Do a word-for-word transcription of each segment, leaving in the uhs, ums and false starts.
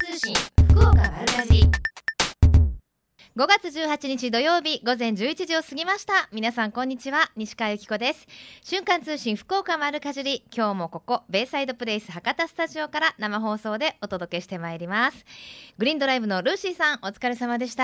通信福岡丸かじりごがつじゅうはちにち土曜日午前じゅういちじを過ぎました。皆さんこんにちは、西川由紀子です。瞬間通信福岡丸かじり、今日もここベイサイドプレイス博多スタジオから生放送でお届けしてまいります。グリーンドライブのルーシーさん、お疲れ様でした。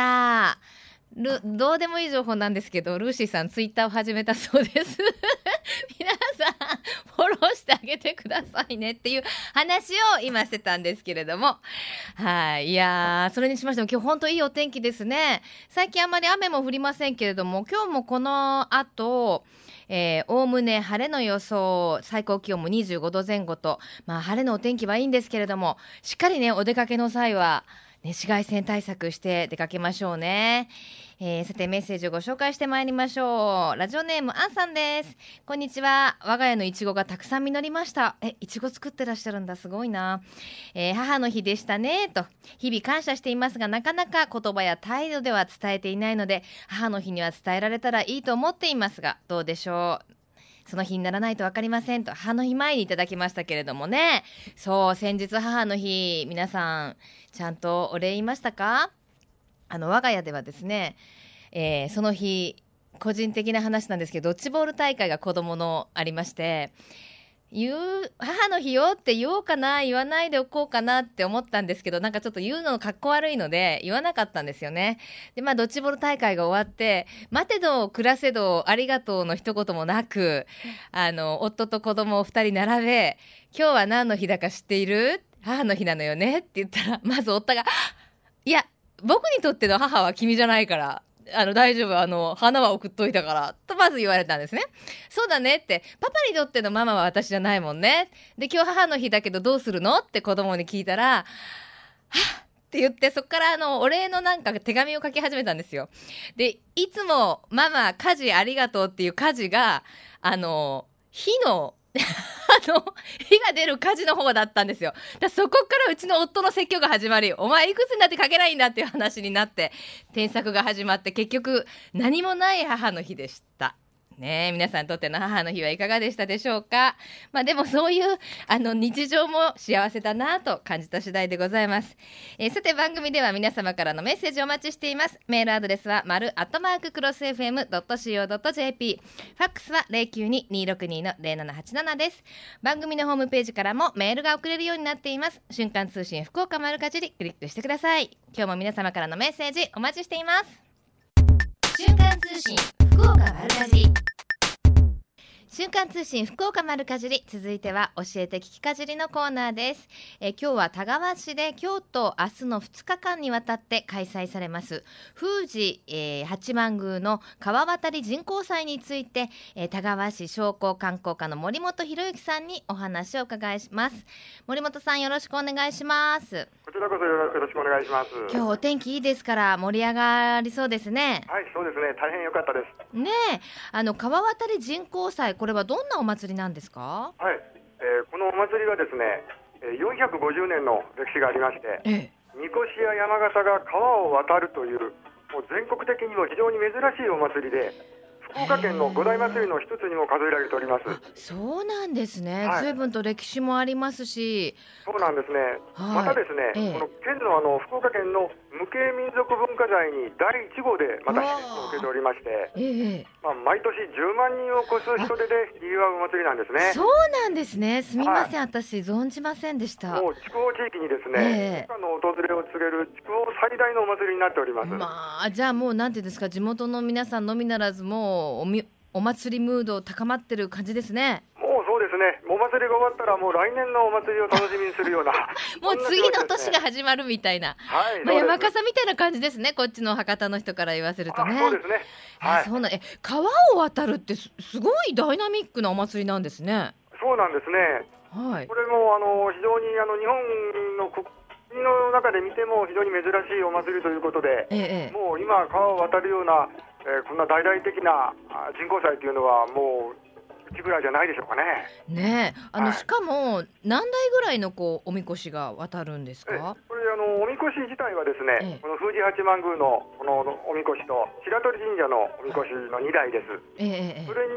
ルどうでもいい情報なんですけど、ルーシーさんツイッターを始めたそうです皆さんフォローしてあげてくださいねっていう話を今してたんですけれども、はい、いやー、それにしましても今日本当いいお天気ですね。最近あんまり雨も降りませんけれども、今日もこの後おおむね晴れの予想、最高気温もにじゅうごどぜん後と、まあ晴れのお天気はいいんですけれども、しっかりねお出かけの際は紫外線対策して出かけましょうね。えー、さてメッセージをご紹介してまいりましょう。ラジオネームアンさんです。こんにちは。我が家のいちごがたくさん実りました。え、いちご作ってらっしゃるんだ、すごいな。えー、母の日でしたねと日々感謝していますが、なかなか言葉や態度では伝えていないので、母の日には伝えられたらいいと思っていますが、どうでしょう。その日にならないと分かりませんと母の日前にいただきましたけれどもね。そう、先日母の日、皆さんちゃんとお礼言いましたか？あの我が家ではですね、えー、その日個人的な話なんですけど、ドッジボール大会が子供のありまして、言う母の日よって言おうかな言わないでおこうかなって思ったんですけど、なんかちょっと言うのかっこ悪いので言わなかったんですよね。でまあドッジボール大会が終わって、待てど暮らせどありがとうの一言もなく、あの夫と子供をふたり並べ、今日は何の日だか知っている？母の日なのよねって言ったら、まず夫が、いや僕にとっての母は君じゃないから、あの大丈夫、あの花は送っといたからとまず言われたんですね。そうだねって、パパにとってのママは私じゃないもんね。で今日母の日だけどどうするのって子供に聞いたら、はっって言って、そっからあのお礼のなんか手紙を書き始めたんですよ。でいつもママ家事ありがとうっていう家事が、あの火のあの火が出る火事の方だったんですよ。だそこからうちの夫の説教が始まり、お前いくつになって書けないんだっていう話になって、添削が始まって、結局何もない母の日でしたね。え皆さんにとっての母の日はいかがでしたでしょうか。まあでもそういうあの日常も幸せだなと感じた次第でございます。えー、さて番組では皆様からのメッセージをお待ちしています。メールアドレスは丸アットマーククロス エフエムドットシーオードットジェーピー、ファックスは ゼロきゅうに にーろくに の ゼロななはちなな です。番組のホームページからもメールが送れるようになっています。瞬間通信福岡丸かじりクリックしてください。今日も皆様からのメッセージお待ちしています。瞬間通信福岡丸かじり、瞬間通信福岡丸かじり、続いては教えて聞きかじりのコーナーです。え今日は田川市で今日と明日のふつかかんにわたって開催されます富士、えー、八幡宮の川渡り人工祭について、えー、田川市商工観光課の森本博之さんにお話を伺います。森本さん、よろしくお願いします。 こちらこそよろしくお願いします。 今日お天気いいですから盛り上がりそうですね。 はい、そうですね、大変良かったですね。え、あの川渡り人工祭、これはどんなお祭りなんですか？ はい、えー、このお祭りはですね、よんひゃくごじゅうねんの歴史がありまして、ええ、神輿や山形が川を渡るという、もう全国的にも非常に珍しいお祭りで、福岡県の五大祭りの一つにも数えられております。 そうなんですね、 はい、 随分と歴史もありますし。 そうなんですね、はい、またですね、ええ、この県のあの福岡県の無形民族文化財にだいいち号でまた認定を受けておりまして、ええ、まあ、毎年じゅうまんにんを超す人手で賑わうお祭りなんですね。 そうなんですね、すみません、はい、私存じませんでした。 もう筑豊地域にですね、ええ、他の訪れを告げる筑豊最大のお祭りになっております。 まあ、じゃあもうなんていうんですか、地元の皆さんのみならずもうおみお祭りムード高まってる感じですね。 もうそうですね、お祭りが終わったらもう来年のお祭りを楽しみにするようなもう次の年が始まるみたいな、はい、まあ、山笠みたいな感じですね、こっちの博多の人から言わせるとね。 そうですね、 はい、そうなえ川を渡るってすごいダイナミックなお祭りなんですね。 そうなんですね、はい、これもあの非常にあの日本の国の中で見ても非常に珍しいお祭りということで、ええ、もう今川を渡るような、えー、こんな大々的な人工祭というのはもううちぐらいじゃないでしょうかね。 ねえ、あの、はい、しかも何台ぐらいのこうおみこしが渡るんですか？えこれあのおみこし自体はですね、ええ、この富士八幡宮のこのおみこしと白鳥神社のおみこしのにだいです。ええ、それに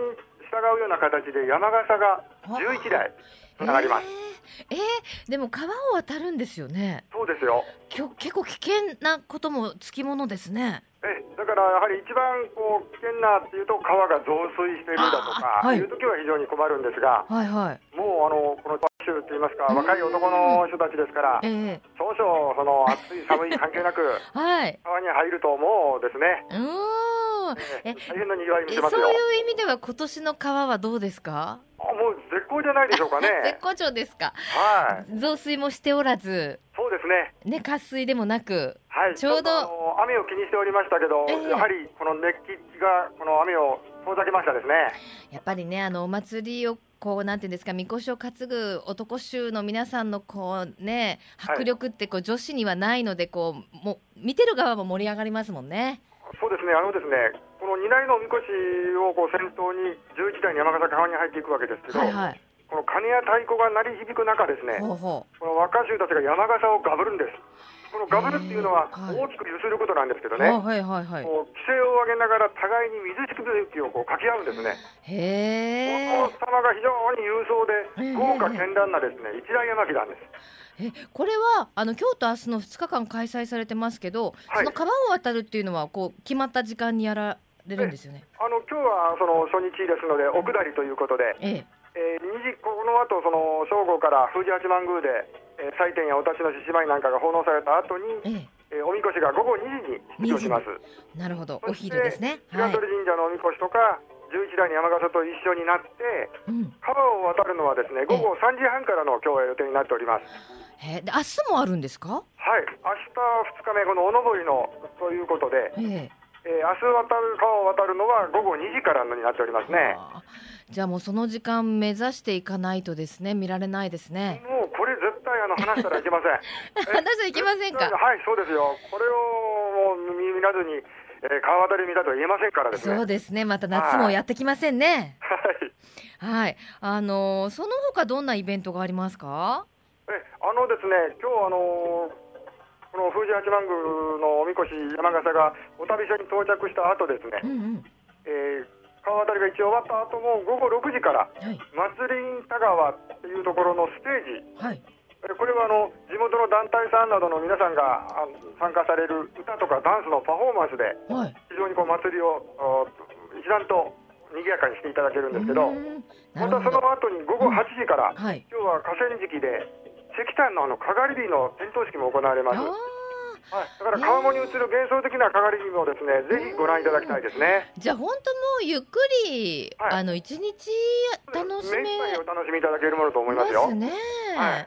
従うような形で山笠がじゅういちだいつながります。 えー、えー、でも川を渡るんですよね。 そうですよ。 きょ結構危険なこともつきものですね。 えだからやはり一番こう危険なっていうと川が増水しているだとか、はい、いう時は非常に困るんですが、 はいはい、 もうあのこの州といいますか若い男の人たちですから、えー、少々その暑い寒い関係なくはい、川に入るともうですね。うーん、え大変なにぎわい見せますよ。 そういう意味では今年の川はどうですか？ あもう絶好じゃないでしょうかね。 絶好調ですか。 はい。 増水もしておらず。 そうですね。 ね、渇水でもなく、 はい、 ちょうど雨を気にしておりましたけど、えー、やはりこの熱気がこの雨を遠ざけましたですね。 やっぱりね、あのお祭りをこうなんていうんですか、みこしを担ぐ男衆の皆さんのこうね迫力ってこう、はい、女子にはないので、こうも見てる側も盛り上がりますもんね。 そうですね。あのですね、このにだいのおみこしをこう先頭にじゅういちだいに山笠川に入っていくわけですけど、はいはい、この鐘や太鼓が鳴り響く中ですね、ほうほう、この若衆たちが山笠をガブるんです。このガブルっていうのは大きく揺することなんですけどね、はいはいはいはい、こう規制を上げながら互いに水しぶきをこうかけ合うんですね。へー、お父様が非常に勇壮で豪華絢爛なですね一大山木なんです。 えこれはあの今日と明日のふつかかん開催されてますけど、はい、その川を渡るっていうのはこう決まった時間にやられるんですよね。 あの今日はその初日ですのでお下りということで、えええー、にじこの後その正午から富士八幡宮で、えー、祭典やお立ちの獅子舞なんかが奉納された後に、えええー、おみこしがごごにじに出場します。 なるほど、お昼ですね。 白鳥神社のおみこしとかじゅういちだいの山笠と一緒になって、うん、川を渡るのはですねごごさんじはんからの今日は予定になっております。 へで明日もあるんですか？ はい、明日ふつかめこのおのぼりのということで、えええー、明日渡る川を渡るのはごごにじからになっておりますね。 じゃあもうその時間目指していかないとですね、見られないですね。 もうこれ絶対あの話したらいけません話したらいけませんか？ はい、そうですよ。これをもう見らずに、えー、川渡り見たとは言えませんからですね。 そうですね、また夏もやってきませんね。はい、はい、あのー、その他どんなイベントがありますか？ えあのですね、今日あのー、この富士八幡宮のおみこし山笠がお旅所に到着した後ですね、うんうん、えー、川渡りが一応終わった後もごごろくじから、はい、祭りん田川っていうところのステージ、はい、これはあの地元の団体さんなどの皆さんが参加される歌とかダンスのパフォーマンスで、はい、非常にこう祭りを一段と賑やかにしていただけるんですけど、またその後にごごはちじから、うん、はい、今日は河川敷で石炭のあのかがり火の点灯式も行われます。はい、だから川面に映る幻想的なかがり火もですね、ぜひご覧いただきたいですね。 じゃあ本当もうゆっくり、はい、あの一日楽しめ、 目いっぱいお楽しみいただけるものと思いますよ。 ますね。はい、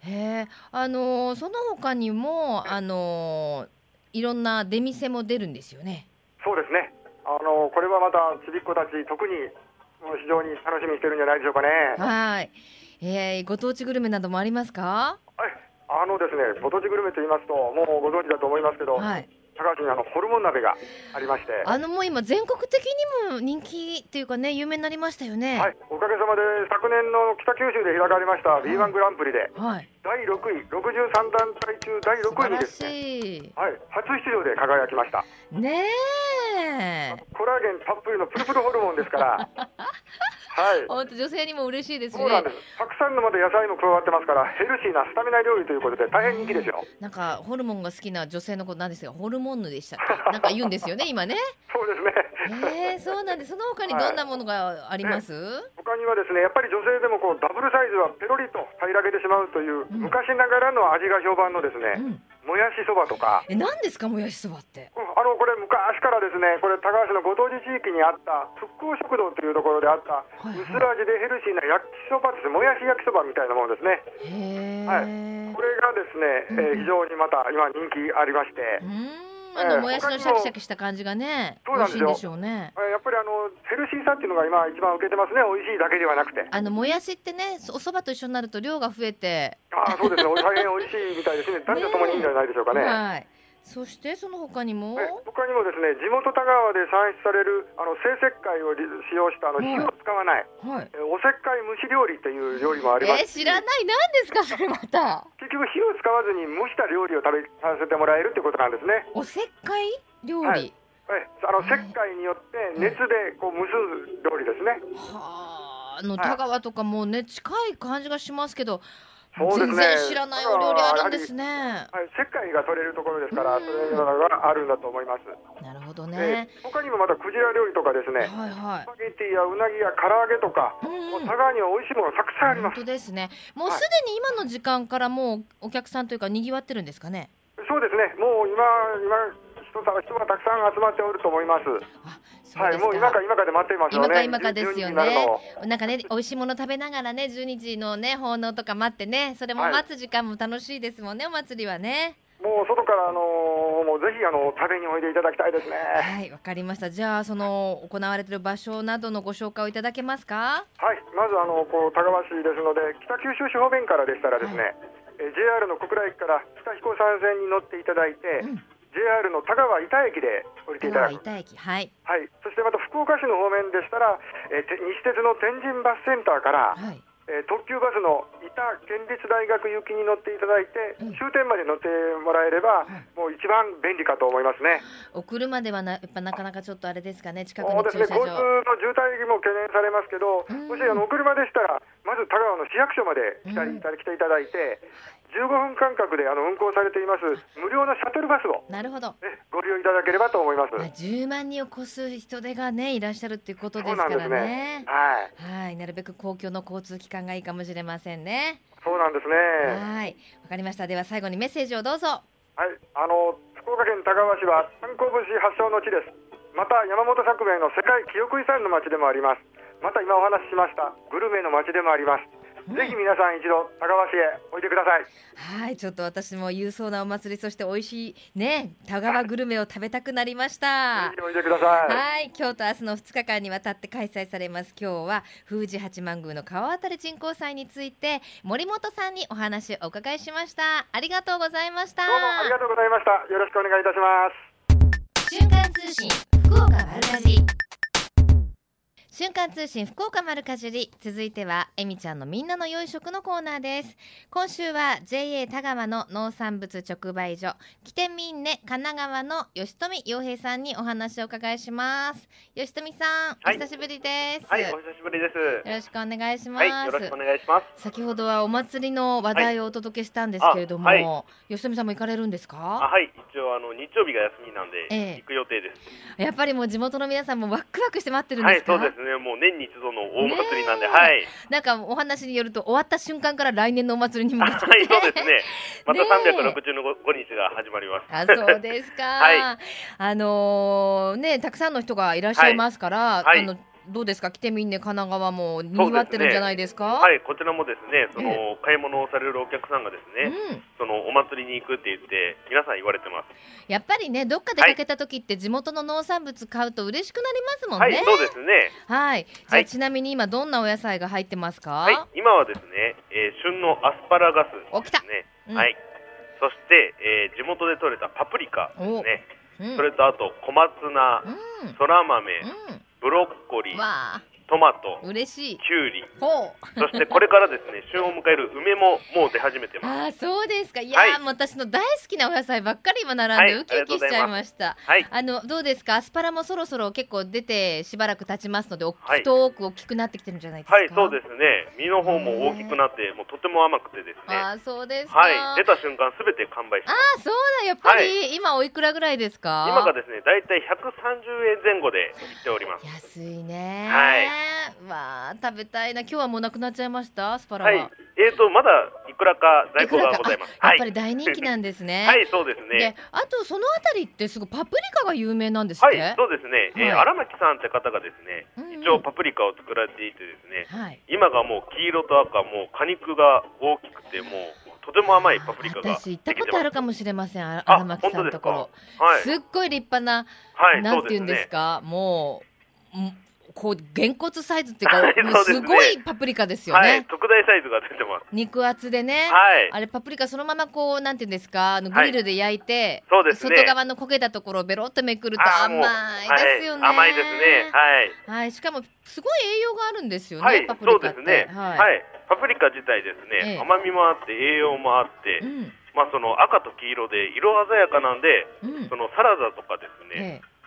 へあのー、その他にもあのー、いろんな出店も出るんですよね。 そうですね。あのー、これはまたちびっ子たち特に非常に楽しみにしてるんじゃないでしょうかね。 はい。えー、ご当地グルメなどもありますか？ はい、あのですね、ご当地グルメと言いますともうご存知だと思いますけど、はい、高橋にあのホルモン鍋がありまして、 あのもう今全国的にも人気っていうかね、有名になりましたよね。 はい、おかげさまで昨年の北九州で開かれました ビーワン グランプリで、はい、だいろくい、ろくじゅうさんだんたい中だいろくいにですね、はい、初出場で輝きましたね。えコラーゲンたっぷりのプルプルホルモンですからはい、 本当女性にも嬉しいですね。 そうなんです。たくさんのまで野菜も加わってますからヘルシーなスタミナ料理ということで大変人気ですよ。 なんかホルモンが好きな女性の子なんですが、ホルモンヌでしたっけなんか言うんですよね今ね。 そうですね。えー、そうなんです。その他にどんなものがあります？はい、 ね、他にはですね、やっぱり女性でもこうダブルサイズはペロリと平らげてしまうという、うん、昔ながらの味が評判のですね、うん、もやしそばとか。 え、何ですかもやしそばって？ うん、あのこれ昔からですね、これ高橋のご当地地域にあった復興食堂というところであった、はいはい、薄味でヘルシーな焼きそばです。もやし焼きそばみたいなものですね。へー、はい、これがですね、えー、非常にまた今人気ありまして、うん、 あのもやしのシャキシャキした感じがね、美味しいんでしょうね。 やっぱりあのヘルシーさっていうのが今一番受けてますね。美味しいだけではなくて、 あのもやしってね、お蕎麦と一緒になると量が増えて、 あ、そうですね、大変美味しいみたいですね。男女ともにいいんじゃないでしょうかね。 はい。そしてその他にも他にもですね、地元田川で産出されるあの生石灰を使用したあの火を使わない、はいはい、えおせっかい蒸し料理という料理もあります。 えー、知らない。何ですかそれまた。 結局火を使わずに蒸した料理を食べさせてもらえるということなんですね。 おせっかい料理、はい、 えあの石灰によって熱でこう蒸す料理ですね。 はあ、あの田川とかもね、近い感じがしますけど、 そうですね、 全然知らないお料理あるんですね。 はい、石灰が取れるところですから、それがあるんだと思います。 なるほどね。 えー、他にもまたクジラ料理とかですね、 はいはい、 スパゲティやうなぎや唐揚げとか、うん、もう佐賀には美味しいものたくさんあります。 本当ですね。もうすでに今の時間からもうお客さんというか賑わってるんですかね。 そうですね、もう今今人がたくさん集まっておると思います。 あ、 はい、もう今か今かで待ってますよね。 今か今かですよね。なんかね、美味しいもの食べながらね、じゅうにじのね奉納とか待ってね、それも待つ時間も楽しいですもんね、はい、お祭りはね。 もう外からあのー、もうぜひあの食べにおいでいただきたいですね。 はい、わかりました。じゃあその行われている場所などのご紹介をいただけますか。 はい、まずあのこう田川市ですので、北九州市方面からでしたらですね、はい、え ジェイアール の小倉駅から北彦山線に乗っていただいて、うん、ジェイアール の田川板駅で降りていただく。 板駅、はい、 はい、そしてまた福岡市の方面でしたら、えー、西鉄の天神バスセンターから、はい、えー、特急バスの板県立大学行きに乗っていただいて、うん、終点まで乗ってもらえれば、はい、もう一番便利かと思いますね。 お車ではな、やっぱなかなかちょっとあれですかね、近くに駐車場。 そうですね、交通の渋滞も懸念されますけど、もしあのお車でしたらまず田川の市役所まで来たり、うん、来ていただいて、じゅうごふん間隔であの運行されています無料のシャトルバスをなるほどご利用いただければと思います。 まあ、じゅうまんにんを超す人手がねいらっしゃるっていうことですからね。そうなんですね。はい、はい、なるべく公共の交通機関がいいかもしれませんね。 そうなんですね。 はい、わかりました。では最後にメッセージをどうぞ。 はい、あの福岡県田川市は観光物資発祥の地です。また山本作兵衛の世界記憶遺産の町でもあります。また今お話ししましたグルメの町でもあります。ぜひ皆さん一度田川市へおいでください。 はい、ちょっと私も勇壮なお祭り、そして美味しいね田川グルメを食べたくなりました。 ぜひおいでください。 はい、今日と明日のふつかかんにわたって開催されます。今日は宮司八幡宮の川渡り人工祭について森本さんにお話をお伺いしました。ありがとうございました。 どうもありがとうございました。よろしくお願いいたします。 瞬間通信福岡丸かじり。瞬間通信福岡丸かじり、続いてはえみちゃんのみんなの良い食のコーナーです。今週は ジェイエー 田川の農産物直売所きてみんね神奈川の吉富洋平さんにお話をお伺いします。吉富さん、はい、お久しぶりです。 はい、お久しぶりです。 よろしくお願いします。 はい、よろしくお願いします。 先ほどはお祭りの話題をお届けしたんですけれども、はいはい、吉富さんも行かれるんですか？ あ、はい、一応あの日曜日が休みなんで、ええ、行く予定です。 やっぱりもう地元の皆さんもワクワクして待ってるんですか？ はい、そうですね。もう年に一度の大祭りなんで、はい。 なんかお話によると終わった瞬間から来年のお祭りに向けて、 はい、そうですね。またさんびゃくろくじゅうごにちが始まります。 あ、そうですか。はい。あのー、ね、たくさんの人がいらっしゃいますから、はい、あのどうですか、来てみんね神奈川もにぎわってるんじゃないですか？ はい、こちらもですね、その、えー、買い物をされるお客さんがですね、うん、そのお祭りに行くって言って皆さん言われてます。 やっぱりね、どっか出かけた時って地元の農産物買うと嬉しくなりますもんね。 はい、そうですね。 はい。じゃあ、はい、ちなみに今どんなお野菜が入ってますか？ はい、今はですね、えー、旬のアスパラガスですね。 お、来た。うん、 はい。そして、えー、地元で採れたパプリカですね。うん、それとあと小松菜、うん、そら豆、うん、ブロッコリー、 わー、 トマト、 嬉しい、 キュウリ、そしてこれからですね旬を迎える梅ももう出始めてます。 あ、そうですか。いや、はい、私の大好きなお野菜ばっかり今並んで、はい、ウキウキしちゃいました。はい、あのどうですか、アスパラもそろそろ結構出てしばらく経ちますので、太く大きくなってきてるんじゃないですか？ はい、そうですね。実の方も大きくなってもうとても甘くてですね。 あ、そうですか。 はい、出た瞬間すべて完売します。 あ、そうだ、やっぱり、はい、今おいくらぐらいですか？ 今がですねだいたいひゃくさんじゅうえんぜん後で売っております。 安いね。 はい。 わあ、食べたいな。今日はもうなくなっちゃいました、アスパラは。はい、 えーとまだいくらか在庫がございます。 やっぱり大人気なんですね。 はい、そうですね。 で、あとそのあたりってすごいパプリカが有名なんですって？ はい、そうですね。はい、えー、荒牧さんって方がですね、うんうん、一応パプリカを作られていてですね、はい、今がもう黄色と赤、もう果肉が大きくてもうとても甘いパプリカが。 私行ったことあるかもしれません、荒牧さんのところ。はい、すっごい立派な、はい、なんていうんですか、ね、もう。こうげんこつサイズっていうか、はい、うすごいパプリカですよね。はい、 特大サイズが出てます。 肉厚でね、 はい、 あれパプリカそのままこうなんていうんですか、あのグリルで焼いて、 はい、そうですね、 外側の焦げたところをベロっとめくると甘いですよね。 はい、甘いですね。はい、 はい、しかもすごい栄養があるんですよね、はい、パプリカって。そうですね。はい、はい、 パプリカ自体ですね、ええ、甘みもあって栄養もあって、うん、まあその赤と黄色で色鮮やかなんで、うん、そのサラダとかですね。ええ、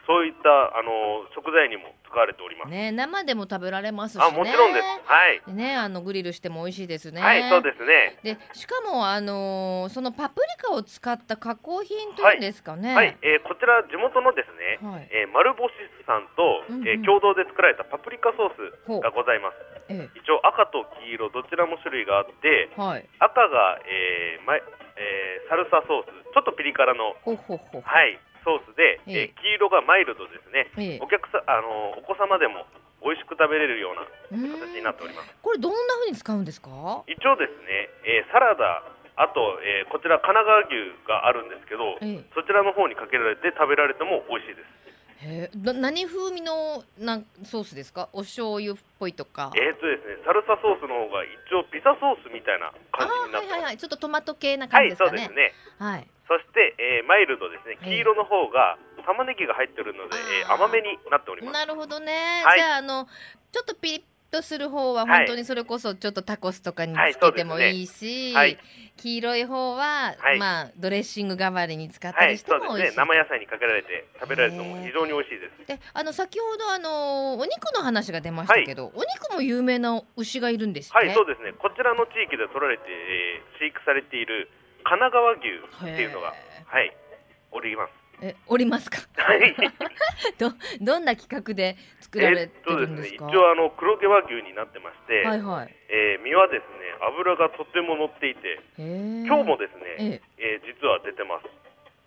そういったあの食材にも使われております、 ね、生でも食べられますしね。 あもちろんです、はい、 でね、あのグリルしても美味しいですね。 はいそうですね。 でしかも、あのー、そのパプリカを使った加工品というんですかね、 はいはい、えー、こちら地元のですね、はい、えー、丸星さんと、うんうん、えー、共同で作られたパプリカソースがございます。ええ、一応赤と黄色どちらも種類があって、はい、赤が、えーまえー、サルサソース、ちょっとピリ辛のほほほはい、ソースで、ええー、黄色がマイルドですね、ええ、お客さあのお子様でも美味しく食べれるような形になっております。 これどんな風に使うんですか？ 一応ですね、えー、サラダ、あと、えー、こちら神奈川牛があるんですけど、ええ、そちらの方にかけられて食べられても美味しいです。 へー、何風味のなんソースですか？お醤油っぽいとか。 えーとですね、サルサソースの方が一応ピザソースみたいな感じになってます。 はいはいはい、ちょっとトマト系な感じですかね。 はい、そうですね。 はい。 そして、えー、マイルドですね、黄色の方が玉ねぎが入ってるので、えー、甘めになっております。 なるほどね、はい、じゃあ、あのちょっとピリッとする方は本当にそれこそちょっとタコスとかにつけてもいいし、はいねはい、黄色い方は、はい、まあ、ドレッシング代わりに使ったりしても美味しい、はい、そうですね、 生野菜にかけられて食べられるのも非常に美味しいです。 で、あの先ほどあのお肉の話が出ましたけど、はい、お肉も有名な牛がいるんですね。 はい、そうですね、こちらの地域で取られて、えー、飼育されている神奈川牛っていうのが、はい、おります。 え、おりますか？ はいどどんな企画で作られてるんですか？ えっとですね、一応あの黒毛和牛になってまして、 はいはい、 えー、身はですね脂がとても乗っていて、今日もですね、えー、実は出てます。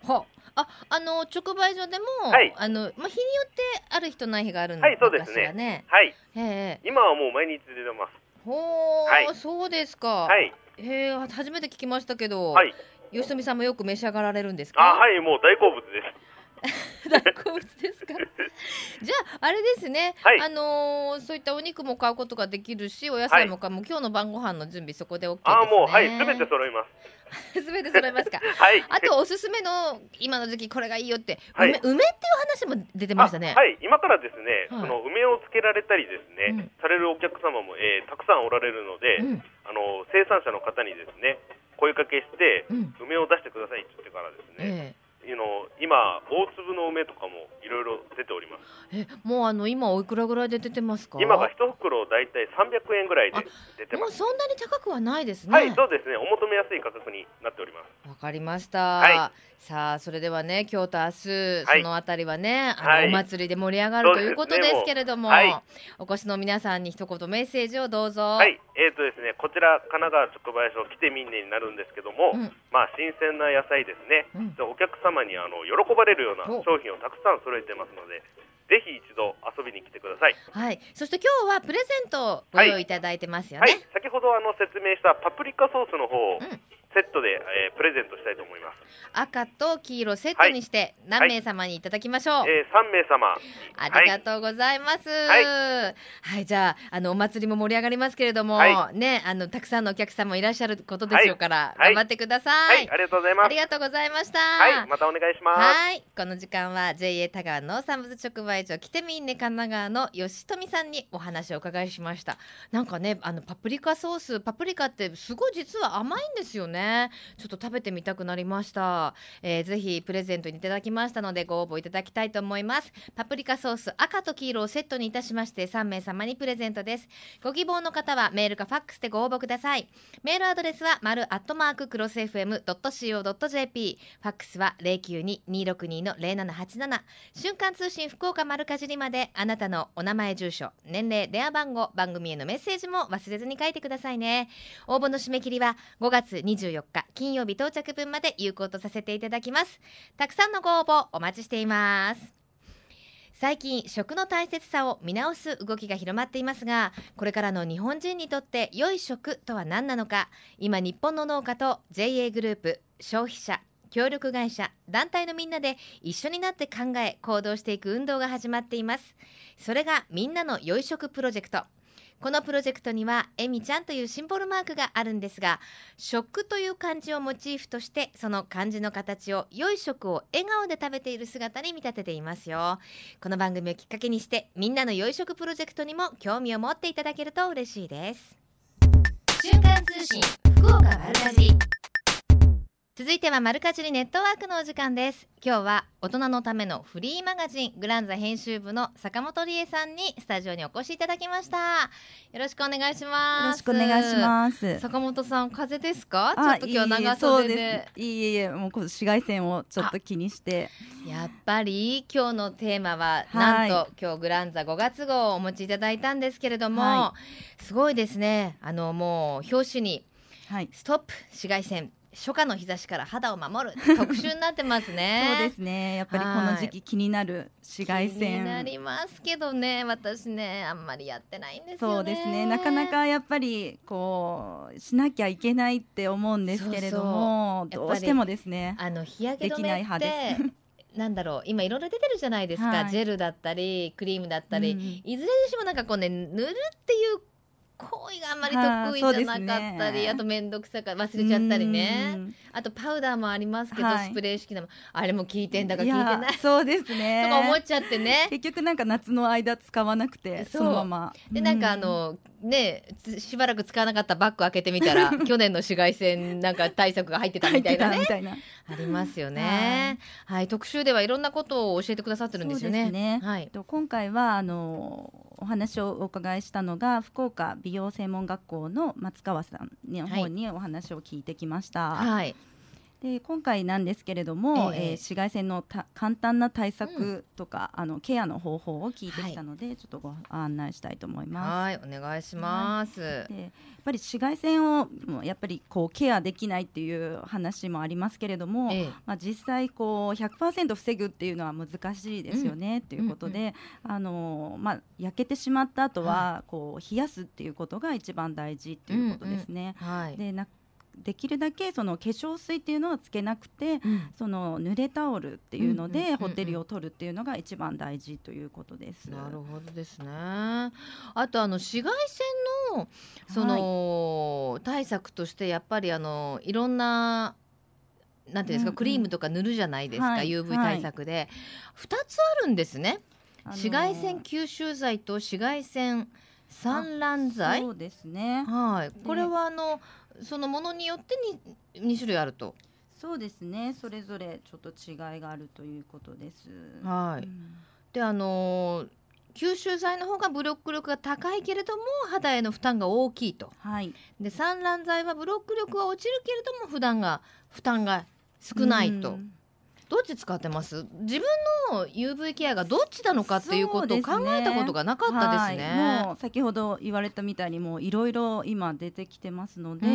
はあ、あの直売所でも、はい、あのまあ、日によってある日とない日があるんですかね。はい、そうですね。 はい、へ今はもう毎日出てます。 ほー、はい、そうですか。 はい、 へー、初めて聞きましたけど、 はい、 吉富さんもよく召し上がられるんですか？ あ、はい、もう大好物です。 大好物ですか？じゃああれですね、はい、あのー、そういったお肉も買うことができるし、お野菜も買う、はい、もう今日の晩ご飯の準備そこで OK ですね。 あ、もう、はい、すべて揃います。 すべて揃いますか？ はい。 あとおすすめの今の時期これがいいよって、はい、梅, 梅っていう話も出てましたね。 はい、今からですね、はい、その梅をつけられたりですね、うん、されるお客様も、えー、たくさんおられるので、うん、あの生産者の方にですね声かけして、うん、梅を出してくださいって言ってからですね、えーの今大粒の梅とかもいろいろ出ております。 え、もうあの今おいくらぐらいで出てますか？ 今が一袋だいたいさんびゃくえんぐらいで出てます。 もうそんなに高くはないですね。 はい、そうですね、お求めやすい価格になっております。 わかりました、 はい、 さあそれではね、今日と明日、はい、そのあたりはね、あの、はい、お祭りで盛り上がるということですけれども、はい、お越しの皆さんに一言メッセージをどうぞ。 はい、えーとですね、こちら神奈川直売所来てみんねになるんですけども、うん、まあ新鮮な野菜ですね、うん、お客様にあの喜ばれるような商品をたくさん揃えてますので、ぜひ一度遊びに来てください。 はい、そして今日はプレゼントをご用意いただいてますよね。 はいはい、先ほどあの説明したパプリカソースの方を、うん、セットで、えー、プレゼントしたいと思います。 赤と黄色セットにして何名様にいただきましょう？はい、 えー、さんめいさま。 ありがとうございます。はい、はい、じゃあ、あのお祭りも盛り上がりますけれども、はい、ね、あのたくさんのお客さんもいらっしゃることでしょうから、はい、頑張ってください。 はい、ありがとうございます。 ありがとうございました。 はい、またお願いします。 はい、この時間は ジェイエー 田川農産物直売所来てみんね神奈川の吉富さんにお話をお伺いしました。なんかね、あのパプリカソース、パプリカってすごい実は甘いんですよね。ちょっと食べてみたくなりました。えー、ぜひプレゼントにいただきましたのでご応募いただきたいと思います。パプリカソース赤と黄色をセットにいたしましてさんめいさまにプレゼントです。ご希望の方はメールかファックスでご応募ください。メールアドレスは丸アットマーククロス エフエムドットシーオードットジェーピー、ファックスは ゼロきゅうに にーろくに のゼロななはちなな、瞬間通信福岡丸かじりまであなたのお名前、住所、年齢、電話番号、番組へのメッセージも忘れずに書いてくださいね。応募の締め切りはごがつにじゅうよっか金曜日到着分まで有効とさせていただきます。たくさんのご応募お待ちしています。最近食の大切さを見直す動きが広まっていますが、これからの日本人にとって良い食とは何なのか、今日本の農家と ジェイエー グループ、消費者、協力会社、団体のみんなで一緒になって考え行動していく運動が始まっています。それがみんなの良い食プロジェクト。このプロジェクトにはえみちゃんというシンボルマークがあるんですが、食という漢字をモチーフとしてその漢字の形を良い食を笑顔で食べている姿に見立てていますよ。この番組をきっかけにしてみんなの良い食プロジェクトにも興味を持っていただけると嬉しいです。瞬間通信福岡丸かじり。 続いてはマルカジリネットワークのお時間です。今日は大人のためのフリーマガジングランザ編集部の坂本理恵さんにスタジオにお越しいただきました。よろしくお願いします。 よろしくお願いします。 坂本さん、風邪ですか？ちょっと今日は長袖で。 いいえ、いいえ、もう紫外線をちょっと気にして。 やっぱり今日のテーマは、なんと、はい、今日グランザごがつ号をお持ちいただいたんですけれども、はい、すごいですね。あのもう表紙に、はい、ストップ紫外線初夏の日差しから肌を守る特集になってますね。 そうですね。やっぱりこの時期気になる紫外線、 気になりますけどね、私ねあんまりやってないんですよね。 そうですね。なかなかやっぱりこうしなきゃいけないって思うんですけれども、そうそうどうしてもですね、 あの日焼け止めってなんだろう、今いろいろ出てるじゃないですか、はい、ジェルだったりクリームだったり、うん、いずれにしてもなんかこうね、塗るっていう行為があんまり得意じゃなかったり、 あ, あと面倒くさか忘れちゃったりね。あとパウダーもありますけど、はい、スプレー式のもあれも効いてんだか効いてない、 そうですねとか思っちゃってね、 結局なんか夏の間使わなくてそのままで、なんかあのね、しばらく使わなかったバッグ開けてみたら去年の紫外線なんか対策が入ってたみたいなねみたいなありますよね、はいはい、特集ではいろんなことを教えてくださってるんですよね。 そうですね、 はい、 今回はあのお話をお伺いしたのが福岡美容専門学校の松川さんの方にお話を聞いてきました、 はい、 で今回なんですけれども、えーえー、紫外線の簡単な対策とか、うん、あのケアの方法を聞いてきたので、はい、ちょっとご案内したいと思います。 はい、お願いします、 はい、でやっぱり紫外線をやっぱりこうケアできないっていう話もありますけれども、えーまあ、実際こう ひゃくパーセント 防ぐっていうのは難しいですよね、うん、ということで、うんうん、あのまあ、焼けてしまった後はこう冷やすっていうことが一番大事っていうことですね、うんうん、はい、でなできるだけその化粧水っていうのはつけなくて、うん、その濡れタオルっていうのでほてりを取るっていうのが一番大事ということです。 なるほどですね。あとあの紫外線のその、はい、対策としてやっぱりあのいろんななんていうんですか、うんうん、クリームとか塗るじゃないですか、はい、ユーブイ 対策で、はい、ふたつあるんですね、あのー、紫外線吸収剤と紫外線散乱剤。 そうですね、 はい、これはあのそのものによって 2, に種類あると。 そうですね、それぞれちょっと違いがあるということです。 はい、うん、であの吸収剤の方がブロック力が高いけれども肌への負担が大きいと、 はい、 で散乱剤はブロック力は落ちるけれども普段が負担が少ないと、うん、どっち使ってます？自分の ユーブイ ケアがどっちなのかっていうことを考えたことがなかったですね。 はい、もう先ほど言われたみたいにもういろいろ今出てきてますので、うん、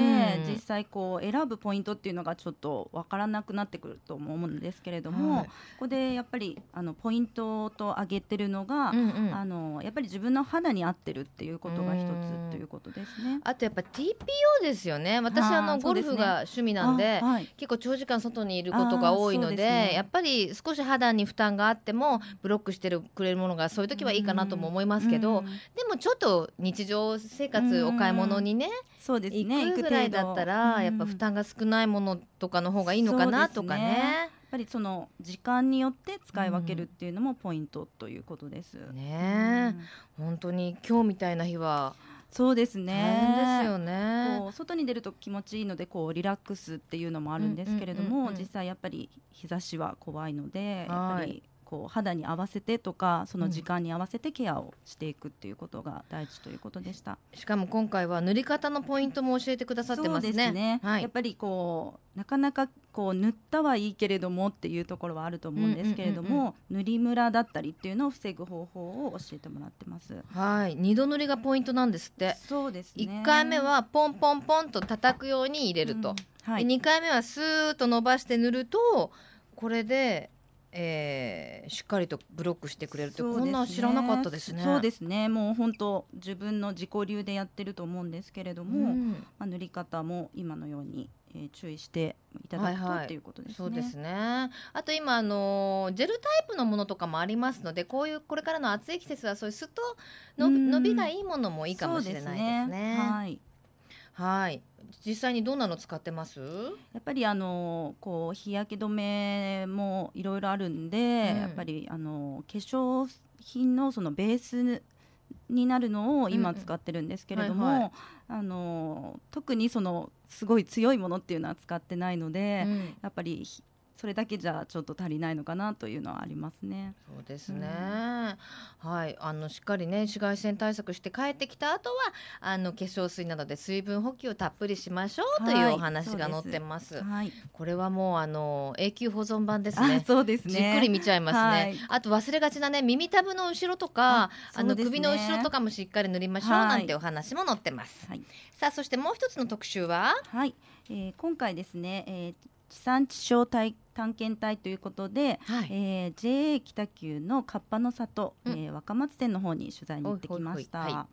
実際こう選ぶポイントっていうのがちょっとわからなくなってくると思うんですけれども、はい、ここでやっぱりあのポイントと挙げてるのが、うんうん、あのやっぱり自分の肌に合ってるっていうことが一つということですね。 あとやっぱ ティーピーオー ですよね。私あのゴルフが趣味なんで、はい、結構長時間外にいることが多いので、ね、やっぱり少し肌に負担があってもブロックしてるくれるものがそういう時はいいかなとも思いますけど、うん、でもちょっと日常生活、うん、お買い物にね、 そうですね、 行くぐらいだったら、うん、やっぱ負担が少ないものとかの方がいいのかなとかね。やっぱりその時間によって使い分けるっていうのもポイントということです、 うん、ね、うん、本当に今日みたいな日はそうですね、 大変ですよね。 こう外に出ると気持ちいいのでこうリラックスっていうのもあるんですけれども、うんうんうんうん、実際やっぱり日差しは怖いので、やっぱりこう肌に合わせてとかその時間に合わせてケアをしていくっていうことが大事ということでした、 うん、しかも今回は塗り方のポイントも教えてくださってますね。 そうですね、はい、やっぱりこうなかなかこう塗ったはいいけれどもっていうところはあると思うんですけれども、うんうんうんうん、塗りムラだったりっていうのを防ぐ方法を教えてもらってます。 はい、二度塗りがポイントなんですって。 そうですね、 いっかいめはポンポンポンと叩くように入れると、うん、はい、でにかいめはスーッと伸ばして塗るとこれでえー、しっかりとブロックしてくれるって、こんな知らなかったですね。 そうですね、もう本当自分の自己流でやってると思うんですけれども、うん、まあ、塗り方も今のように、えー、注意していただくと、はいはい、っていうことですね。 そうですね。あと今、あのー、ジェルタイプのものとかもありますので、こういうこれからの暑い季節はそういうすっとの伸びがいいものもいいかもしれないですね。 そうですね、はい、 はい、実際にどんなの使ってます？ やっぱりあのこう日焼け止めもいろいろあるんで、うん、やっぱりあの化粧品のそのベースになるのを今使ってるんですけれども、うんうんはいはい、あの特にそのすごい強いものっていうのは使ってないので、うん、やっぱりそれだけじゃちょっと足りないのかなというのはありますね。 そうですね、うん、はい、あのしっかりね紫外線対策して帰ってきた後はあの化粧水などで水分補給をたっぷりしましょうというお話が載ってます、はい、これはもうあの永久保存版ですね。 そうですね、 じっくり見ちゃいますね、はい、あと忘れがちなね耳たぶの後ろとか あ, あの首の後ろとかもしっかり塗りましょうなんてお話も載ってます、はい、さあそしてもう一つの特集は、 はいえー、今回ですね、えー地産地消探検隊ということで、はいえー、ジェーエー 北九のカッパの里、うんえー、若松店の方に取材に行ってきました。ほいほいほい、はい、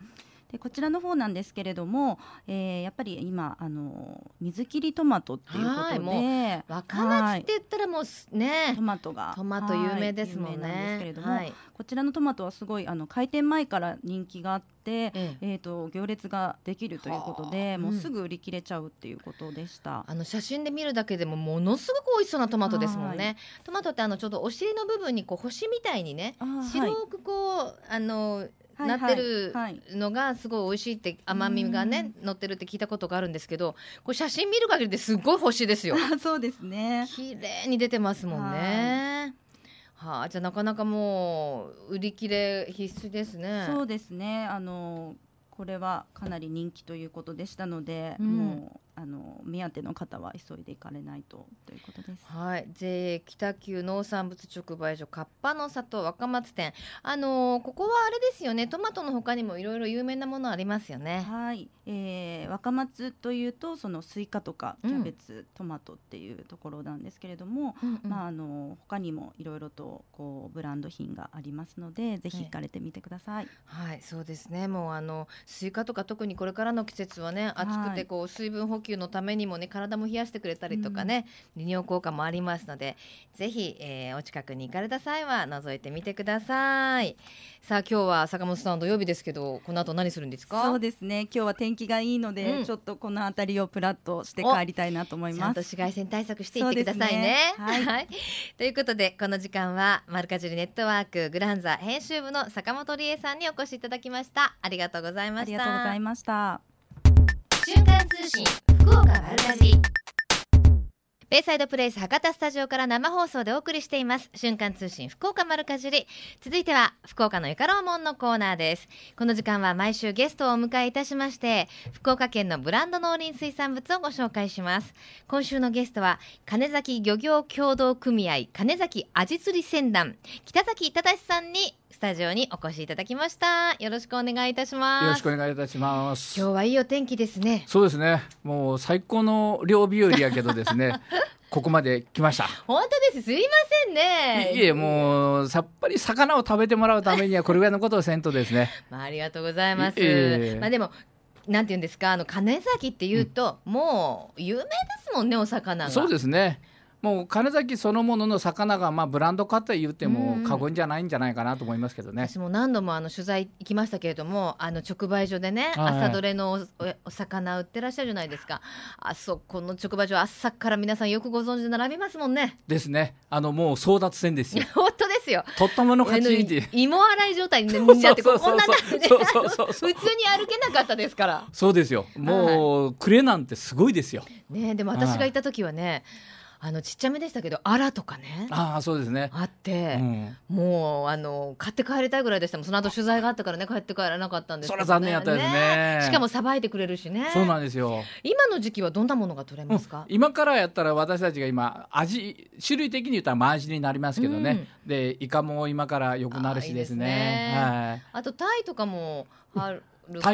でこちらの方なんですけれども、えー、やっぱり今あの水切りトマトっていうことで、もう若松って言ったらもうねトマトがトマト有名ですもんね。 有名なんですけれども、はい、こちらのトマトはすごいあの開店前から人気があって、えええー、と行列ができるということで、もうすぐ売り切れちゃうっていうことでした、 うん、あの写真で見るだけでもものすごく美味しそうなトマトですもんね。トマトってあのちょっとお尻の部分にこう星みたいにね白くこう、はい、あのなってるのがすごい美味しいって甘みがね乗ってるって聞いたことがあるんですけど、これ写真見る限りですごい星ですよ。 そうですね、 綺麗に出てますもんね。はあ、じゃあなかなかもう売り切れ必須ですね。 そうですね、あのこれはかなり人気ということでしたので、うん、もうあの目当ての方は急いで行かれないとということです。 はい、ジェーエー 北九農産物直売所カッパの里若松店、あのー、ここはあれですよね、トマトの他にもいろいろ有名なものありますよね。 はい、えー、若松というとそのスイカとかキャベツ、うん、トマトっていうところなんですけれども、うんうん、まああの他にもいろいろとこうブランド品がありますので、ぜひ行かれてみてください。 はい、はい、そうですね、もうあのスイカとか特にこれからの季節はね暑くてこう水分補給のためにもね体も冷やしてくれたりとかね、うん、利尿効果もありますので、ぜひ、えー、お近くに行かれた際は覗いてみてください。さあ今日は坂本さん土曜日ですけど、この後何するんですか？ そうですね、今日は天気がいいので、うん、ちょっとこの辺りをプラッとして帰りたいなと思います。ちゃんと紫外線対策していってください ね, ね、はいはい、ということでこの時間はマルカジュリネットワークグランザ編集部の坂本理恵さんにお越しいただきました。ありがとうございました。 ありがとうございました。 瞬間通信福岡マルカジ、ベイサイドプレイス博多スタジオから生放送でお送りしています瞬間通信福岡丸かじり。続いては福岡のゆかろうもんのコーナーです。この時間は毎週ゲストをお迎えいたしまして、福岡県のブランド農林水産物をご紹介します。今週のゲストは金崎漁業協同組合金崎アジ釣り船団北崎忠さんにスタジオにお越しいただきました。よろしくお願いいたします。 よろしくお願いいたします。 今日はいいお天気ですね。 そうですね、もう最高の漁日和やけどですねここまで来ました。 本当です、すいませんね。 いえ、もうさっぱり魚を食べてもらうためにはこれぐらいのことをせんとですねまあ、ありがとうございます、えーまあ、でもなんていうんですか、あの金崎っていうと、うん、もう有名ですもんね、お魚が。 そうですね、もう金崎そのものの魚がまあブランド化って言っても過言じゃないんじゃないかなと思いますけどね。 私も何度もあの取材行きましたけれども、あの直売所でね、はい、朝どれの お, お魚売ってらっしゃるじゃないですか。あそこの直売所朝から皆さんよくご存知で並びますもんね。 ですね、あのもう争奪戦ですよ本当ですよ、 とったもの勝ちって芋洗い状態になって、こんなになってね普通に歩けなかったですから。 そうですよ、もう、はい、クレなんてすごいですよ、 ね、でも私がいた時はね、あのちっちゃめでしたけどアラとかね、 ああそうですね、 あって、うん、もうあの買って帰りたいぐらいでしたもん。その後取材があったからね帰って帰らなかったんですけど、ね、 それは残念やったですね。 しかもさばいてくれるしね。 そうなんですよ。 今の時期はどんなものが取れますか？ うん、今からやったら私たちが今味種類的に言ったらマアジになりますけどね、うん、でイカも今から良くなるしですね。 あ, いいですね、はい、あとタイとかもあるから、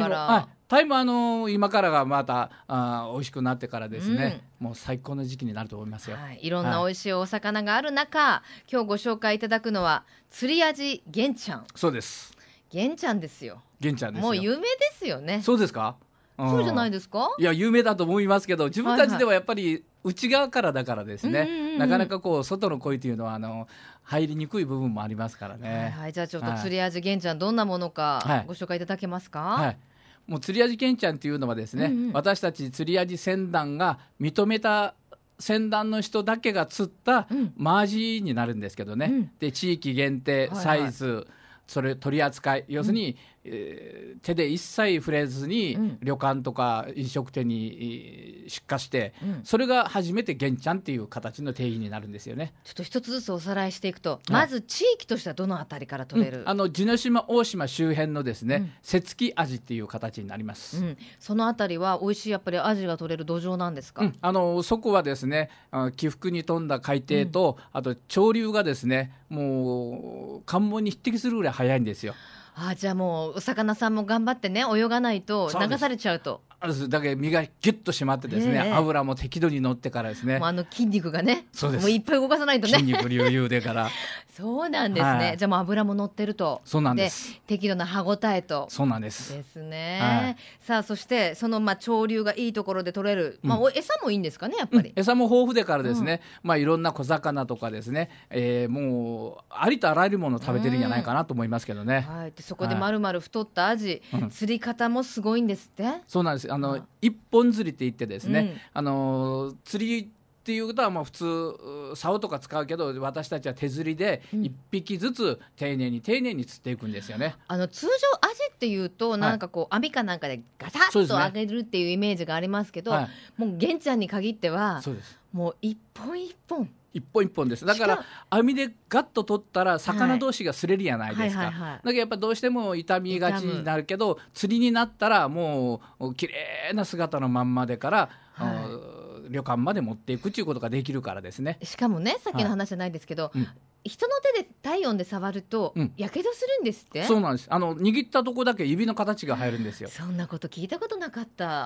タイもあの今からがまたあ美味しくなってからですね、うん、もう最高の時期になると思いますよ。 はい、いろんな美味しいお魚がある中、はい、今日ご紹介いただくのは釣りアジ玄ちゃん。 そうです、 玄ちゃんですよ。 玄ちゃんですよ。 もう有名ですよね。 そうですか？ そうじゃないですか？ いや有名だと思いますけど、自分たちではやっぱり内側からだからですね、はいはい、なかなかこう外の鯉というのはあの入りにくい部分もありますからね。 はいはい、じゃあちょっと釣りアジ玄ちゃんどんなものかご紹介いただけますか？ はいはい、もう釣りアジ玄ちゃんというのはですね、うんうん、私たち釣りアジ船団が認めた船団の人だけが釣ったマアジになるんですけどね、うん、で地域限定サイズ、はいはい、それ取り扱い、要するに、 えー、手で一切触れずに、うん、旅館とか飲食店に出荷して、うん、それが初めて原ちゃんっていう形の定義になるんですよね。 ちょっと一つずつおさらいしていくと、はい、まず地域としてはどのあたりから取れる、 うん、あの地の島大島周辺のですね、瀬付アジっていう形になります、うん、 そのあたりは美味しいやっぱりアジが取れる土壌なんですか？ うん、あのそこはですね起伏に富んだ海底と、うん、あと潮流がですねもう関門に匹敵するぐらい速いんですよ。 あ、じゃあもうお魚さんも頑張ってね泳がないと流されちゃうと。 だけど身がギュッと締まってですね、えー、油も適度に乗ってからですね、 もうあの筋肉がね、 そうです、 もういっぱい動かさないとね、 筋肉隆々でからそうなんですね、はい、じゃあもう油も乗ってると。 そうなんです。 で適度な歯ごたえと。 そうなんですですね、 はい、 さあそしてそのまあ潮流がいいところで取れる、まあ、うん、餌もいいんですかねやっぱり、 うん、餌も豊富でからですね、うん、まあ、いろんな小魚とかですね、えー、もうありとあらゆるものを食べてるんじゃないかなと思いますけどね、 うん、はい、でそこでまるまる太ったアジ、はい、釣り方もすごいんですって、うん、 そうなんです。あの、うん、一本釣りって言ってですね、うん、あの釣りっていうことはまあ普通竿とか使うけど私たちは手釣りで一匹ずつ丁寧に丁寧に釣っていくんですよね、 うん、あの通常アジっていうとなんかこう、はい、網かなんかでガサッと上げるっていうイメージがありますけど、はい、もう玄ちゃんに限ってはそうです、 もう一本一本一本一本です。だから網でガッと取ったら魚同士が擦れるじゃないですか、はいはいはいはい、だけどやっぱどうしても傷みがちになるけど釣りになったらもう綺麗な姿のまんまでから、はい、旅館まで持っていくということができるからですね。 しかもねさっきの話じゃないですけど、はい、うん、人の手で体温で触るとやけどするんですって、 うん、そうなんです。あの握ったとこだけ指の形が入るんですよ。 そんなこと聞いたことなかった。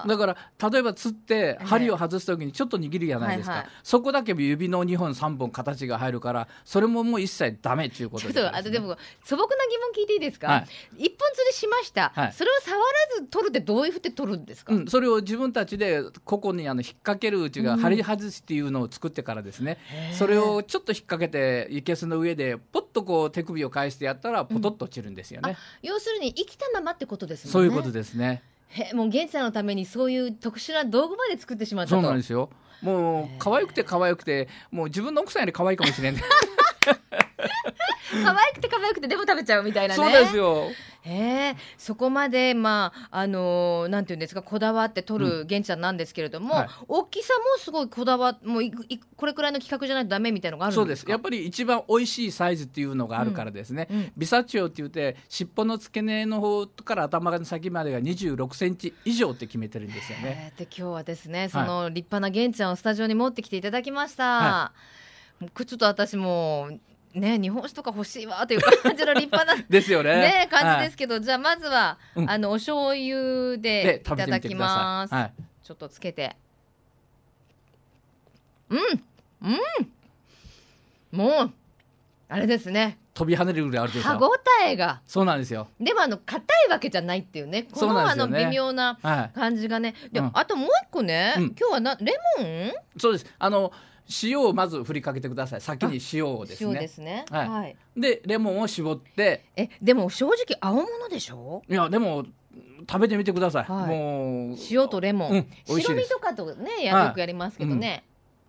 だから例えば釣って針を外すときにちょっと握るじゃないですか、はいはい、そこだけ指のにほんさんぼん形が入るからそれももう一切ダメっていうことです、ね、 ちょっとあとでも素朴な疑問聞いていいですか、はい、一本釣りしました、はい、それを触らず取るってどういうふうに取るんですか？ うん、それを自分たちでここにあの引っ掛けるうちが針外しっていうのを作ってからですね、うん、それをちょっと引っ掛けていけすの上でポッとこう手首を返してやったらポトッと落ちるんですよね、うん、 要するに生きたままってことですもんね。 そういうことですね。 へもう現在のためにそういう特殊な道具まで作ってしまったと。 そうなんですよ。もう可愛くて可愛くてもう自分の奥さんより可愛いかもしれない可愛くて可愛くてでも食べちゃうみたいなね。 そうですよ。 へー、そこまで、まああのー、なんていうんですかこだわって取る玄ちゃんなんですけれども、うん、はい、大きさもすごいこだわもういいこれくらいの規格じゃないとダメみたいなのがあるんですか？ そうです。やっぱり一番美味しいサイズっていうのがあるからですね、うんうん、ビサチオって言って尻尾の付け根の方から頭の先までがにじゅうろくセンチ以上って決めてるんですよね。 で今日はですねその立派な玄ちゃんをスタジオに持ってきていただきました、はい、これちょっと私もね、日本酒とか欲しいわという感じの立派なですよ ね, ね感じですけど、はい、じゃあまずは、うん、あのお醤油でいただきます、はい、ちょっとつけてうんうんもうあれですね飛び跳ねるぐらいあるでしょ。 歯ごたえがそうなんですよ。 でもあの硬いわけじゃないっていうねこのあの微妙な感じがね、はい、で、うん、あともう一個ね、うん、今日はなレモンそうです。あの塩をまず振りかけてください。先に塩をですね。 塩ですね。 はい。 はい、 でレモンを絞って。 えでも正直青物でしょ？ いやでも食べてみてください。はい、もう塩とレモン、うん、白身とかとねよくやりますけどね。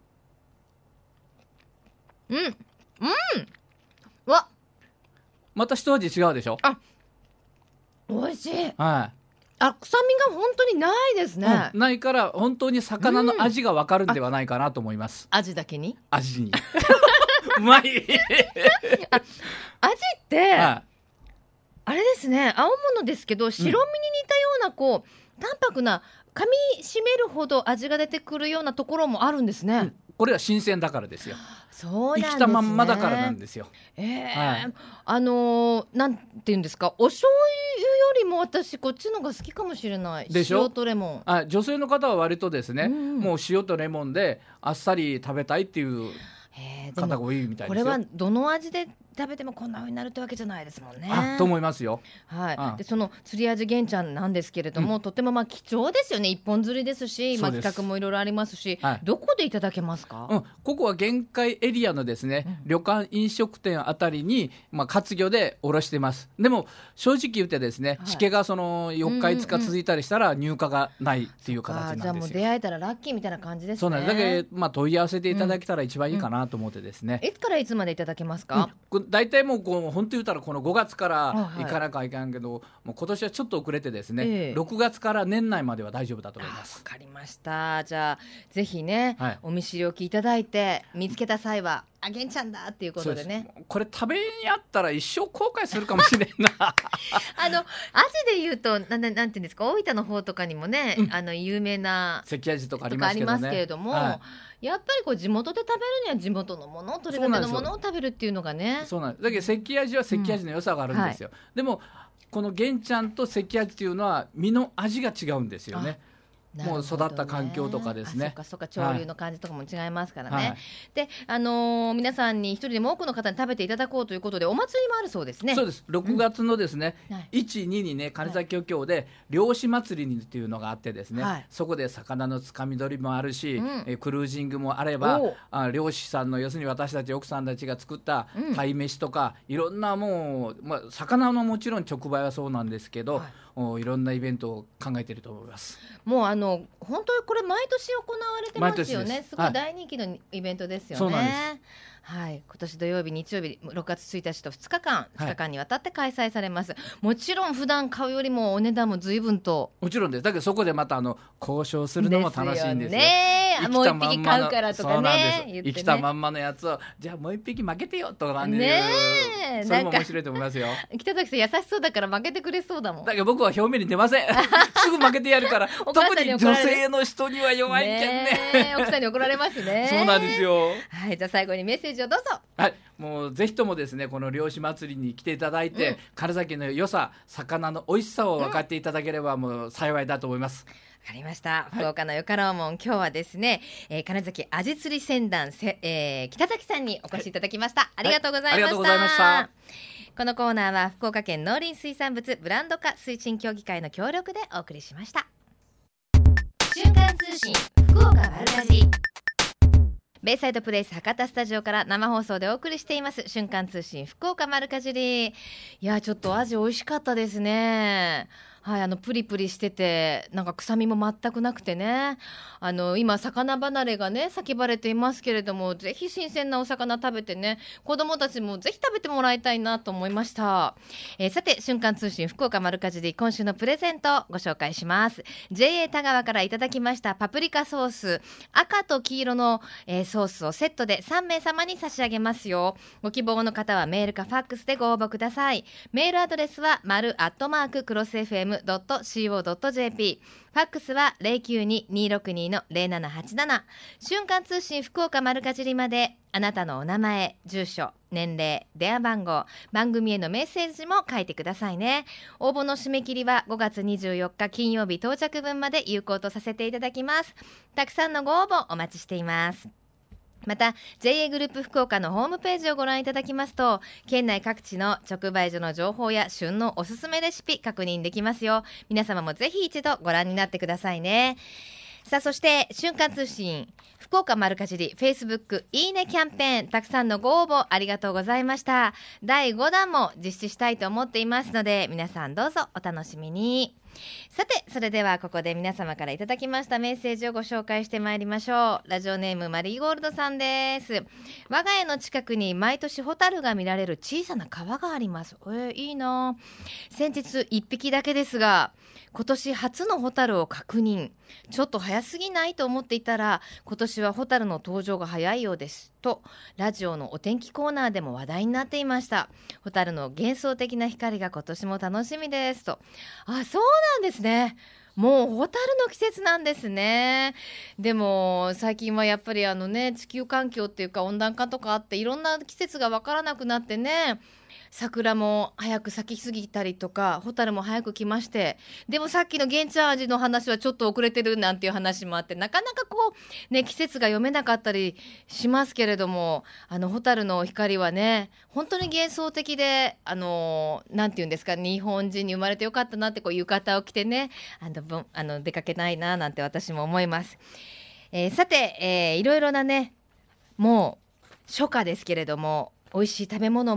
はい、うんうんわまた一味違うでしょ？ あ美味しい。 はい。 あ臭みが本当にないですね、 うん、ないから本当に魚の味が分かるんではないかなと思います、 うん、味だけに味にうまいあ味って、はい、あれですね青物ですけど白身に似たようなこう、うん、淡白な噛み締めるほど味が出てくるようなところもあるんですね、うん、これは新鮮だからですよ。 そうなんですね、 生きたまんまだからなんですよ。 えーはい、あのー、なんていうんですかお醤油よりも私こっちのが好きかもしれない。 でしょ？ 塩とレモン。 あ女性の方は割とですね、うん、もう塩とレモンであっさり食べたいっていう方が多いみたいですよ。 これはどの味で食べてもこんな風になるってわけじゃないですもんね。 あと思いますよ。 はい。でその釣り味玄ちゃんなんですけれども、うん、とてもまあ貴重ですよね。一本釣りですし、まあ、企画もいろいろありますし、はい、どこでいただけますか？ うん、ここは玄海エリアのですね、うん、旅館飲食店あたりに、まあ、活魚で卸してます。でも正直言ってですね、はい、しけがそのよっかいつか続いたりしたら入荷がないっていう形なんですよ。 じゃあもう出会えたらラッキーみたいな感じですね。 そうなんです。だけど、まあ、問い合わせていただけたら一番いいかなと思ってでですね。 いつからいつまでいただけますか？ うん、だいたいもうこう本当言ったらこのごがつから行かなきゃいけないけど、はい、もう今年はちょっと遅れてですね、えー、ろくがつから年内までは大丈夫だと思います。 わかりました。じゃあぜひね、はい、お見知りおきいただいて見つけた際はあげんちゃんだっていうことでね。 でこれ食べんやったら一生後悔するかもしれんなあのアジで言うとな ん, なんていうんですか、大分の方とかにもね、うん、あの有名な関アジとかありますけどね。 ありますけれども、はい、やっぱりこう地元で食べるには地元のもの、取れたてのものを食べるっていうのがね。 そうなんです。だけど関アジは関アジの良さがあるんですよ、うんはい、でもこの玄ちゃんと関アジっていうのは身の味が違うんですよね。もう育った環境とかですね。 あ、そっかそっか、潮流の感じとかも違いますからね、はい、で、あのー、皆さんに一人でも多くの方に食べていただこうということでお祭りもあるそうですね。 そうです。ろくがつのですね、うん、はい、いち、ににね金崎漁協で漁師祭りっていうのがあってですね、はい、そこで魚のつかみ取りもあるし、うん、えクルージングもあれば、あ漁師さんの要するに私たち奥さんたちが作った鯛めしとか、うん、いろんなもう、まあ、魚のもちろん直売はそうなんですけど、はい、いろんなイベントを考えていると思います。 もうあの本当にこれ毎年行われてますよね。 す, すごい大人気のイベントですよね。 そうなんです。 はい、今年土曜日日曜日ろくがつついたちとふつかかん、ふつかかんにわたって開催されます、はい、もちろん普段買うよりもお値段も随分と。 もちろんです。だけどそこでまたあの交渉するのも楽しいんですよ。 ですよね。もう一匹買うからとかね、 言ってね、生きたまんまのやつをじゃあもう一匹負けてよとかなんで、ね、それも面白いと思いますよ。 北崎さん優しそうだから負けてくれそうだもん。 だけど僕は表面に出ませんすぐ負けてやるから特に女性の人には弱いけん ね, ね奥さんに怒られますねそうなんですよ。 はい、じゃあ最後にメッセージをどうぞ。 はい、もうぜひともですねこの漁師祭りに来ていただいて、うん、金崎の良さ、魚の美味しさを分かっていただければもう幸いだと思います。 わかりました。福岡のよかろうもん、はい、今日はですね、えー、金崎アジ釣り船団、えー、北崎さんにお越しいただきました、はい、ありがとうございました、はい、ありがとうございました。このコーナーは福岡県農林水産物ブランド化推進協議会の協力でお送りしました。瞬間通信福岡丸かじり、ベイサイドプレイス博多スタジオから生放送でお送りしています瞬間通信福岡丸かじり。いやちょっとアジ美味しかったですね。はい、あのプリプリしててなんか臭みも全くなくてね、あの今魚離れがね叫ばれていますけれども、ぜひ新鮮なお魚食べてね、子どもたちもぜひ食べてもらいたいなと思いました、えー、さて瞬間通信福岡丸かじり、今週のプレゼントご紹介します。 ジェイエー 田川からいただきましたパプリカソース、赤と黄色の、えー、ソースをセットでさんめいさまに差し上げますよ。ご希望の方はメールかファックスでご応募ください。メールアドレスは丸アットマーククロス エフエムドットシーオードットジェーピー、 ファックスは ゼロきゅうに にーろくに の ゼロななはちなな。 瞬間通信福岡丸かじりまであなたのお名前、住所、年齢、電話番号、番組へのメッセージも書いてくださいね。応募の締め切りはごがつにじゅうよっか金曜日到着分まで有効とさせていただきます。たくさんのご応募お待ちしています。また ジェイエー グループ福岡のホームページをご覧いただきますと、県内各地の直売所の情報や旬のおすすめレシピ確認できますよ。皆様もぜひ一度ご覧になってくださいね。さあそして瞬間通信福岡丸かじり Facebook いいねキャンペーン、たくさんのご応募ありがとうございました。だいごだんも実施したいと思っていますので、皆さんどうぞお楽しみに。さてそれではここで皆様からいただきましたメッセージをご紹介してまいりましょう。ラジオネームマリーゴールドさんです。我が家の近くに毎年ホタルが見られる小さな川があります。えー、いいな。先日いっぴきだけですが今年初のホタルを確認。ちょっと早すぎないと思っていたら、今年はホタルの登場が早いようですとラジオのお天気コーナーでも話題になっていました。ホタルの幻想的な光が今年も楽しみですと。あ、そうなんですね。もうホタルの季節なんですね。でも最近はやっぱりあのね、地球環境っていうか温暖化とかあっていろんな季節が分からなくなってね、桜も早く咲きすぎたりとかホタルも早く来まして、でもさっきの玄ちゃん味の話はちょっと遅れてるなんていう話もあって、なかなかこうね季節が読めなかったりしますけれども、あのホタルの光はね本当に幻想的で、あのなんていうんですか、日本人に生まれてよかったなって、こう浴衣を着てねあのあの出かけないななんて私も思います。えー、さて、えー、いろいろなねもう初夏ですけれども美味しい食べ物も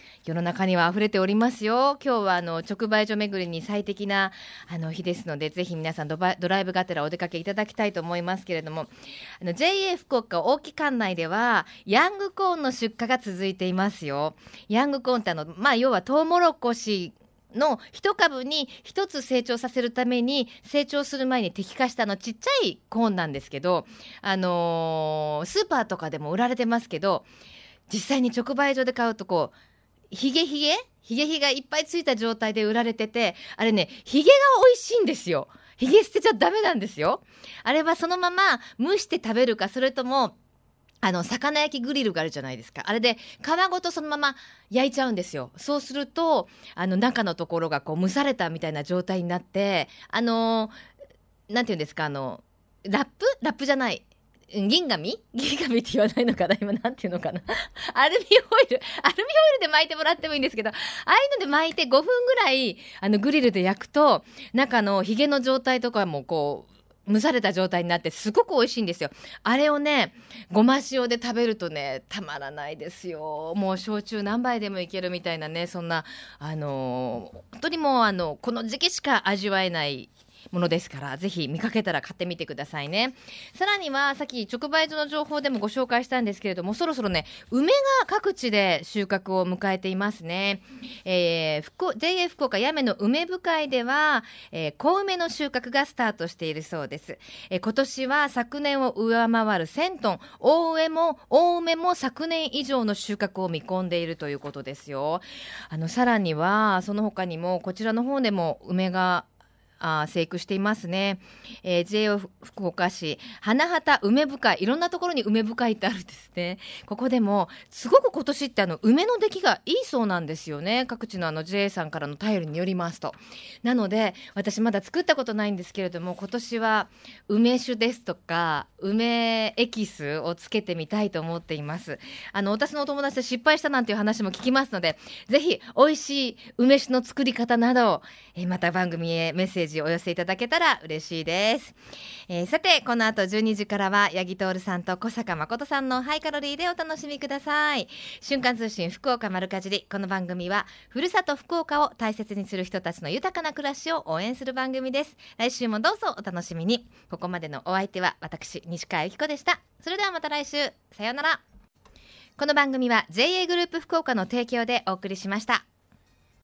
世の中には溢れておりますよ。今日はあの直売所巡りに最適なあの日ですので、ぜひ皆さんドバドライブがてらお出かけいただきたいと思いますけれども、あの ジェイエー 福岡大木管内ではヤングコーンの出荷が続いていますよ。ヤングコーンってあの、まあ、要はトウモロコシの一株に一つ成長させるために成長する前に摘果したのちっちゃいコーンなんですけど、あのー、スーパーとかでも売られてますけど、実際に直売所で買うとこうヒゲヒゲヒゲヒゲがいっぱいついた状態で売られてて、あれね、ヒゲが美味しいんですよ。ヒゲ捨てちゃダメなんですよ。あれはそのまま蒸して食べるか、それともあの魚焼きグリルがあるじゃないですか。あれで皮ごとそのまま焼いちゃうんですよ。そうするとあの中のところがこう蒸されたみたいな状態になって、あのなんていうんですか、あのラップラップじゃない銀紙銀紙って言わないのかな、今なんていうのかなアルミホイルアルミホイルで巻いてもらってもいいんですけど、ああいうので巻いてごふんぐらいあのグリルで焼くと中のヒゲの状態とかもこう蒸された状態になってすごく美味しいんですよ。あれをねごま塩で食べるとねたまらないですよ。もう焼酎何杯でもいけるみたいなね、そんなあのー、本当にもうあのこの時期しか味わえないものですから、ぜひ見かけたら買ってみてくださいね。さらにはさっき直売所の情報でもご紹介したんですけれども、そろそろね梅が各地で収穫を迎えていますね。えー、福 ジェイエー 福岡八女の梅部会では、えー、小梅の収穫がスタートしているそうです。えー、今年は昨年を上回るせんトン、大梅も大梅も昨年以上の収穫を見込んでいるということですよ。あのさらにはその他にもこちらの方でも梅があ生育していますね。えー、ジェイエー 福岡市花畑梅部会、いろんなところに梅部会ってあるんですね。ここでもすごく今年ってあの梅の出来がいいそうなんですよね。各地のあの ジェイエー さんからの便りによりますと。なので私まだ作ったことないんですけれども、今年は梅酒ですとか梅エキスをつけてみたいと思っています。あの私のお友達で失敗したなんていう話も聞きますので、ぜひ美味しい梅酒の作り方など、えー、また番組へメッセージお寄せいただけたら嬉しいです。えー、さてこの後じゅうにじからは八木徹さんと小坂誠さんのハイカロリーでお楽しみください。瞬間通信福岡丸かじり、この番組はふるさと福岡を大切にする人たちの豊かな暮らしを応援する番組です。来週もどうぞお楽しみに。ここまでのお相手は私西川由紀子でした。それではまた来週、さようなら。この番組は ジェイエー グループ福岡の提供でお送りしました。